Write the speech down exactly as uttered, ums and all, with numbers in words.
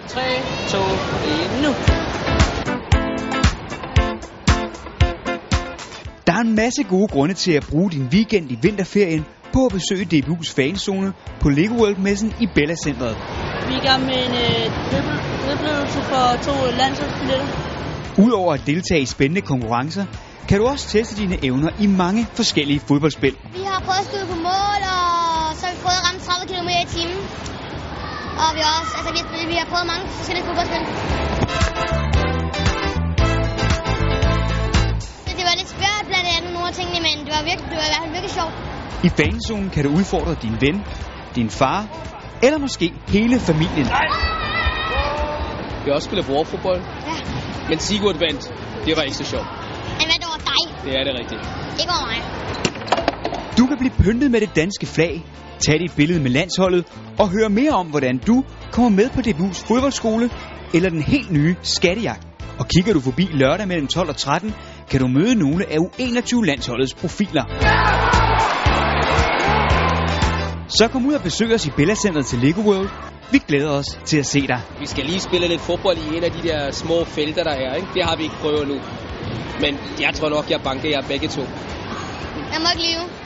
tre, to, et, nu! Der er en masse gode grunde til at bruge din weekend i vinterferien på at besøge D B U's fanzone på Lego World-messen i Bella Centret. Vi er i gang med en øh, dribleøvelse for to landsholdsbilletter. Udover at deltage i spændende konkurrencer, kan du også teste dine evner i mange forskellige fodboldspil. Vi har prøvet at skyde på mål, og så har vi prøvet at ramme tredive kilometer i timen. Og vi har også, altså vi har, vi har prøvet mange forskellige fodboldspil. Det var lidt svært blandt andet nogle af tingene, men det var virkelig, det var i hvert fald virkelig sjovt. I fanzonen kan du udfordre din ven, din far, eller måske hele familien. Vi har også spillet bordfodbold. Ja. Men Sigurd vandt. Det var ikke så sjovt. Han vandt over dig. Det er det rigtigt. Ikke over mig. Du kan blive pyntet med det danske flag, tage dit billede med landsholdet og høre mere om, hvordan du kommer med på D B U's fodboldskole eller den helt nye skattejagt. Og kigger du forbi lørdag mellem tolv og tretten, kan du møde nogle af U enogtyve landsholdets profiler. Så kom ud og besøg os i Bella Centret til Lego World. Vi glæder os til at se dig. Vi skal lige spille lidt fodbold i en af de der små felter, der er, ikke? Det har vi ikke prøvet nu. Men jeg tror nok, jeg banker jer begge to. Jeg må ikke lyve.